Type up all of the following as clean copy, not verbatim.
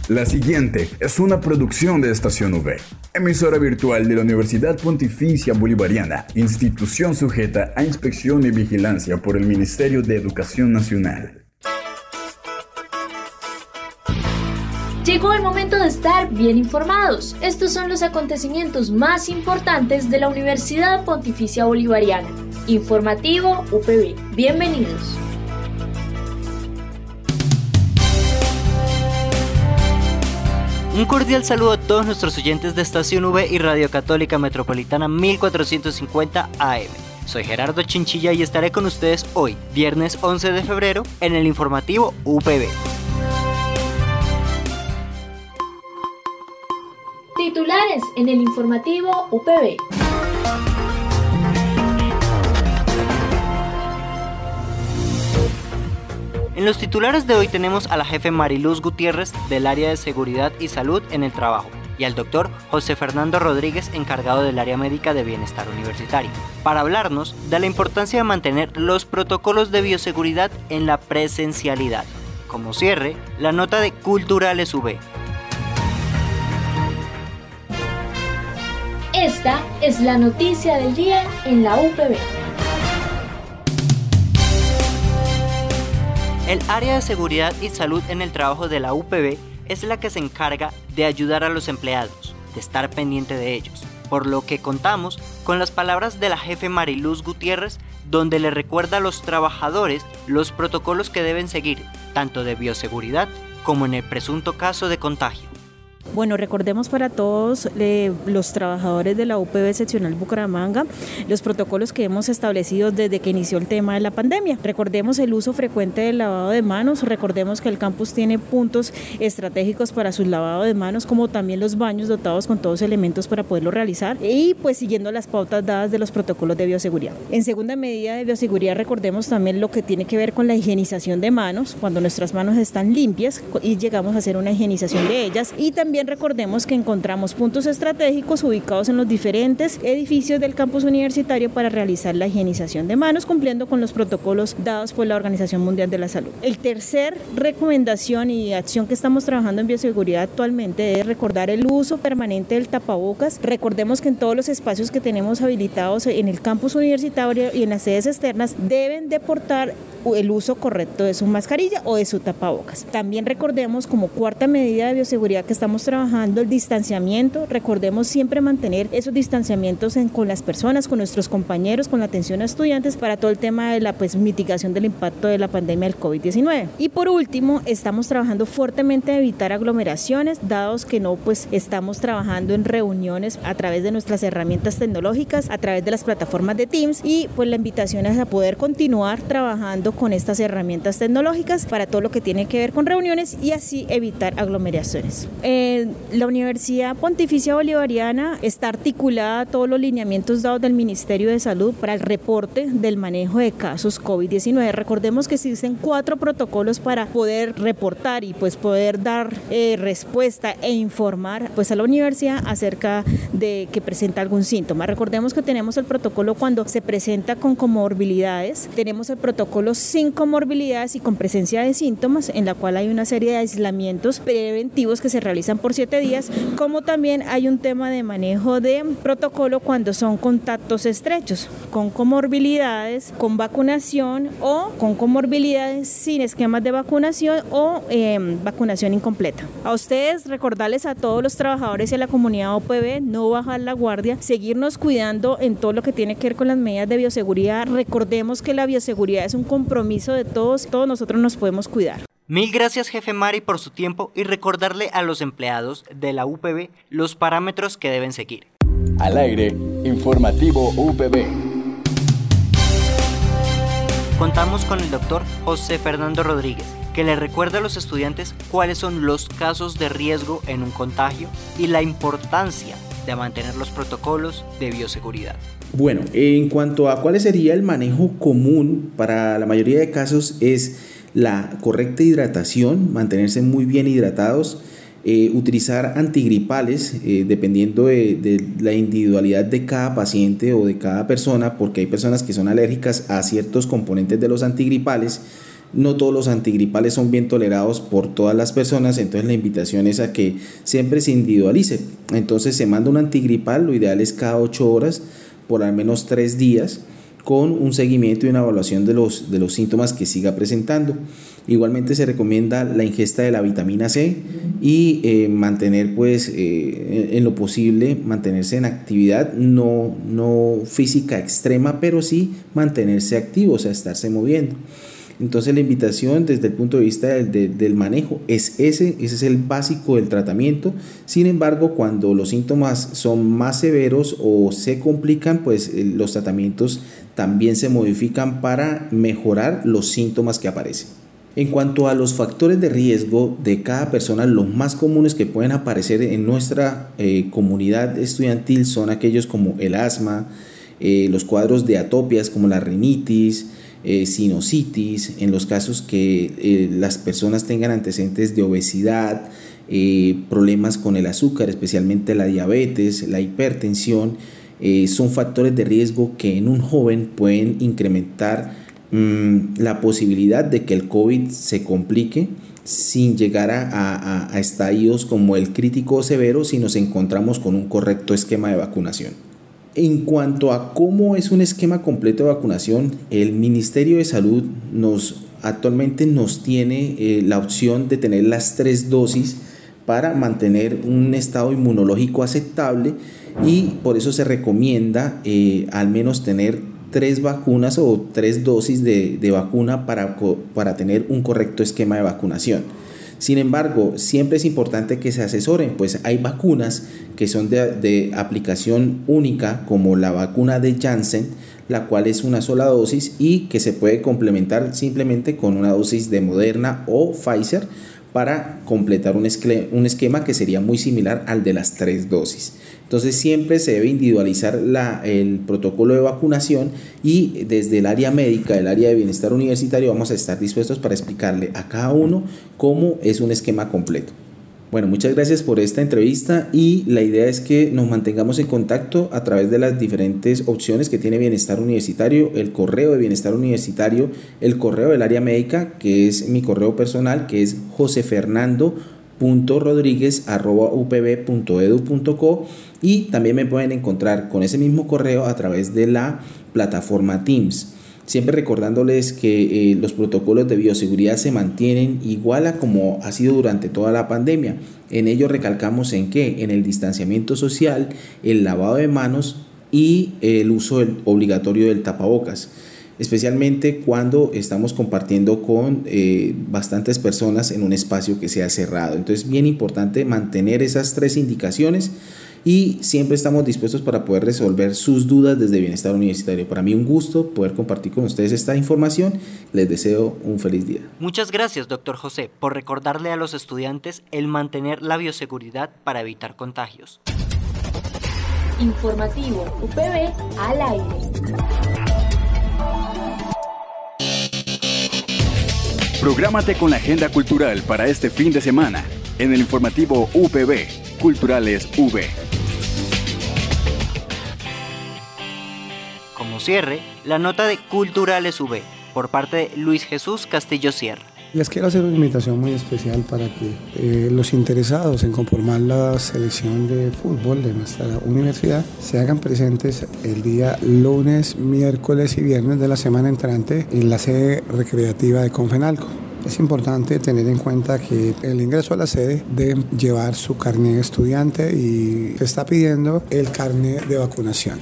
La siguiente es una producción de Estación V, emisora virtual de la Universidad Pontificia Bolivariana, institución sujeta a inspección y vigilancia por el Ministerio de Educación Nacional. Llegó el momento de estar bien informados. Estos son los acontecimientos más importantes de la Universidad Pontificia Bolivariana. Informativo UPB. Bienvenidos. Un cordial saludo a todos nuestros oyentes de Estación V y Radio Católica Metropolitana 1450 AM. Soy Gerardo Chinchilla y estaré con ustedes hoy, viernes 11 de febrero, en el informativo UPB. Titulares en el informativo UPB. En los titulares de hoy tenemos a la jefe Mariluz Gutiérrez del área de Seguridad y Salud en el Trabajo y al doctor José Fernando Rodríguez, encargado del área médica de bienestar universitario, para hablarnos de la importancia de mantener los protocolos de bioseguridad en la presencialidad. Como cierre, la nota de Culturales UV. Esta es la noticia del día en la UPB. El área de seguridad y salud en el trabajo de la UPB es la que se encarga de ayudar a los empleados, de estar pendiente de ellos, por lo que contamos con las palabras de la jefe Mariluz Gutiérrez, donde le recuerda a los trabajadores los protocolos que deben seguir, tanto de bioseguridad como en el presunto caso de contagio. Bueno, recordemos para todos los trabajadores de la UPB seccional Bucaramanga los protocolos que hemos establecido desde que inició el tema de la pandemia. Recordemos el uso frecuente del lavado de manos, recordemos que el campus tiene puntos estratégicos para su lavado de manos, como también los baños dotados con todos los elementos para poderlo realizar y pues siguiendo las pautas dadas de los protocolos de bioseguridad. En segunda medida de bioseguridad recordemos también lo que tiene que ver con la higienización de manos, cuando nuestras manos están limpias y llegamos a hacer una higienización de ellas, y también recordemos que encontramos puntos estratégicos ubicados en los diferentes edificios del campus universitario para realizar la higienización de manos, cumpliendo con los protocolos dados por la Organización Mundial de la Salud. El tercer recomendación y acción que estamos trabajando en bioseguridad actualmente es recordar el uso permanente del tapabocas. Recordemos que en todos los espacios que tenemos habilitados en el campus universitario y en las sedes externas deben de portar el uso correcto de su mascarilla o de su tapabocas. También recordemos como cuarta medida de bioseguridad que estamos trabajando el distanciamiento. Recordemos siempre mantener esos distanciamientos con las personas, con nuestros compañeros, con la atención a estudiantes para todo el tema de la mitigación del impacto de la pandemia del COVID-19. Y por último, estamos trabajando fuertemente en evitar aglomeraciones, dados que no estamos trabajando en reuniones a través de nuestras herramientas tecnológicas, a través de las plataformas de Teams, y pues la invitación es a poder continuar trabajando con estas herramientas tecnológicas para todo lo que tiene que ver con reuniones y así evitar aglomeraciones. La Universidad Pontificia Bolivariana está articulada a todos los lineamientos dados del Ministerio de Salud para el reporte del manejo de casos COVID-19. Recordemos que existen 4 protocolos para poder reportar y poder dar respuesta e informar a la universidad acerca de que presenta algún síntoma. Recordemos que tenemos el protocolo cuando se presenta con comorbilidades, tenemos el protocolo sin comorbilidades y con presencia de síntomas, en la cual hay una serie de aislamientos preventivos que se realizan por 7 días, como también hay un tema de manejo de protocolo cuando son contactos estrechos, con comorbilidades, con vacunación o con comorbilidades sin esquemas de vacunación o vacunación incompleta. A ustedes recordarles a todos los trabajadores y a la comunidad OPB no bajar la guardia, seguirnos cuidando en todo lo que tiene que ver con las medidas de bioseguridad. Recordemos que la bioseguridad es un compromiso de todos nosotros nos podemos cuidar. Mil gracias, jefe Mari, por su tiempo y recordarle a los empleados de la UPB los parámetros que deben seguir. Al aire, informativo UPB. Contamos con el doctor José Fernando Rodríguez, que le recuerda a los estudiantes cuáles son los casos de riesgo en un contagio y la importancia de mantener los protocolos de bioseguridad. Bueno, en cuanto a cuál sería el manejo común para la mayoría de casos es la correcta hidratación, mantenerse muy bien hidratados, utilizar antigripales dependiendo de la individualidad de cada paciente o de cada persona, porque hay personas que son alérgicas a ciertos componentes de los antigripales. no todos los antigripales son bien tolerados por todas las personas, entonces la invitación es a que siempre se individualice. Entonces se manda un antigripal, lo ideal es cada 8 horas por al menos 3 días, con un seguimiento y una evaluación de los síntomas que siga presentando. Igualmente se recomienda la ingesta de la vitamina C y mantener en lo posible, mantenerse en actividad no física extrema, pero sí mantenerse activo, o sea, estarse moviendo. Entonces la invitación desde el punto de vista del manejo ese es el básico del tratamiento. Sin embargo, cuando los síntomas son más severos o se complican, pues los tratamientos también se modifican para mejorar los síntomas que aparecen. En cuanto a los factores de riesgo de cada persona, los más comunes que pueden aparecer en nuestra comunidad estudiantil son aquellos como el asma, los cuadros de atopias como la rinitis, sinusitis, en los casos que las personas tengan antecedentes de obesidad, problemas con el azúcar, especialmente la diabetes, la hipertensión, son factores de riesgo que en un joven pueden incrementar la posibilidad de que el COVID se complique sin llegar a estadios como el crítico o severo si nos encontramos con un correcto esquema de vacunación. En cuanto a cómo es un esquema completo de vacunación, el Ministerio de Salud actualmente nos tiene la opción de tener las 3 dosis para mantener un estado inmunológico aceptable, y por eso se recomienda al menos tener 3 vacunas o 3 dosis de vacuna para tener un correcto esquema de vacunación. Sin embargo, siempre es importante que se asesoren, pues hay vacunas que son de aplicación única, como la vacuna de Janssen, la cual es una sola dosis y que se puede complementar simplemente con una dosis de Moderna o Pfizer para completar un esquema que sería muy similar al de las 3 dosis. Entonces siempre se debe individualizar el protocolo de vacunación, y desde el área médica, el área de bienestar universitario, vamos a estar dispuestos para explicarle a cada uno cómo es un esquema completo. Bueno, muchas gracias por esta entrevista, y la idea es que nos mantengamos en contacto a través de las diferentes opciones que tiene Bienestar Universitario, el correo de Bienestar Universitario, el correo del área médica, que es mi correo personal, que es josefernando.rodriguez@upb.edu.co, y también me pueden encontrar con ese mismo correo a través de la plataforma Teams. Siempre recordándoles que los protocolos de bioseguridad se mantienen igual a como ha sido durante toda la pandemia. En ello recalcamos en el distanciamiento social, el lavado de manos y el uso obligatorio del tapabocas, especialmente cuando estamos compartiendo con bastantes personas en un espacio que sea cerrado. Entonces, bien importante mantener esas 3 indicaciones, y siempre estamos dispuestos para poder resolver sus dudas desde Bienestar Universitario. Para mí un gusto poder compartir con ustedes esta información. Les deseo un feliz día. Muchas gracias, doctor José, por recordarle a los estudiantes el mantener la bioseguridad para evitar contagios. Informativo UPB al aire. Prográmate con la agenda cultural para este fin de semana en el informativo UPB, Culturales V. Como cierre, la nota de Culturales V, por parte de Luis Jesús Castillo Sierra. Les quiero hacer una invitación muy especial para que los interesados en conformar la selección de fútbol de nuestra universidad se hagan presentes el día lunes, miércoles y viernes de la semana entrante en la sede recreativa de Confenalco. Es importante tener en cuenta que el ingreso a la sede debe llevar su carnet de estudiante, y se está pidiendo el carnet de vacunación.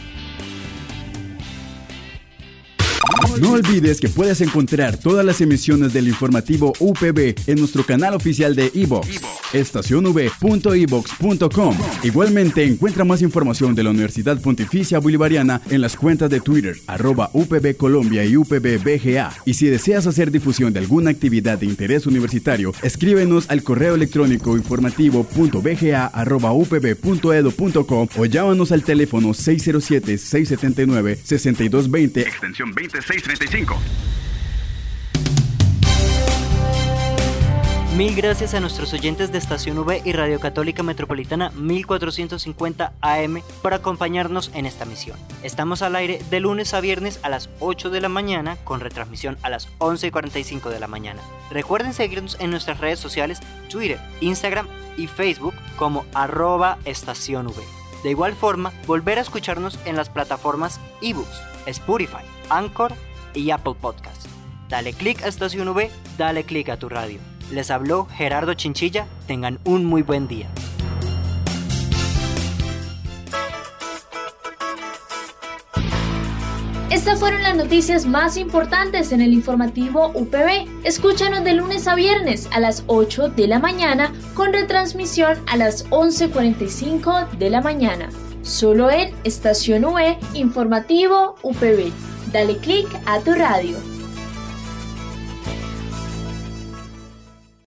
No olvides que puedes encontrar todas las emisiones del informativo UPB en nuestro canal oficial de iVoox, estacionv.ivox.com. Igualmente encuentra más información de la Universidad Pontificia Bolivariana en las cuentas de Twitter, @UPB Colombia y UPB-BGA. Y si deseas hacer difusión de alguna actividad de interés universitario, escríbenos al correo electrónico informativo.bga@upb.edu.co o llámanos al teléfono 607-679-6220, extensión 2635. Mil gracias a nuestros oyentes de Estación V y Radio Católica Metropolitana 1450 AM por acompañarnos en esta misión. Estamos al aire de lunes a viernes a las 8 de la mañana con retransmisión a las 11:45 de la mañana. Recuerden seguirnos en nuestras redes sociales, Twitter, Instagram y Facebook como @estacionv. De igual forma, volver a escucharnos en las plataformas eBooks, Spotify, Anchor y Apple Podcasts. Dale click a Estación V, dale click a tu radio. Les habló Gerardo Chinchilla, tengan un muy buen día. Estas fueron las noticias más importantes en el informativo UPB. Escúchanos de lunes a viernes a las 8 de la mañana con retransmisión a las 11:45 de la mañana. Solo en Estación V, informativo UPB. Dale click a tu radio.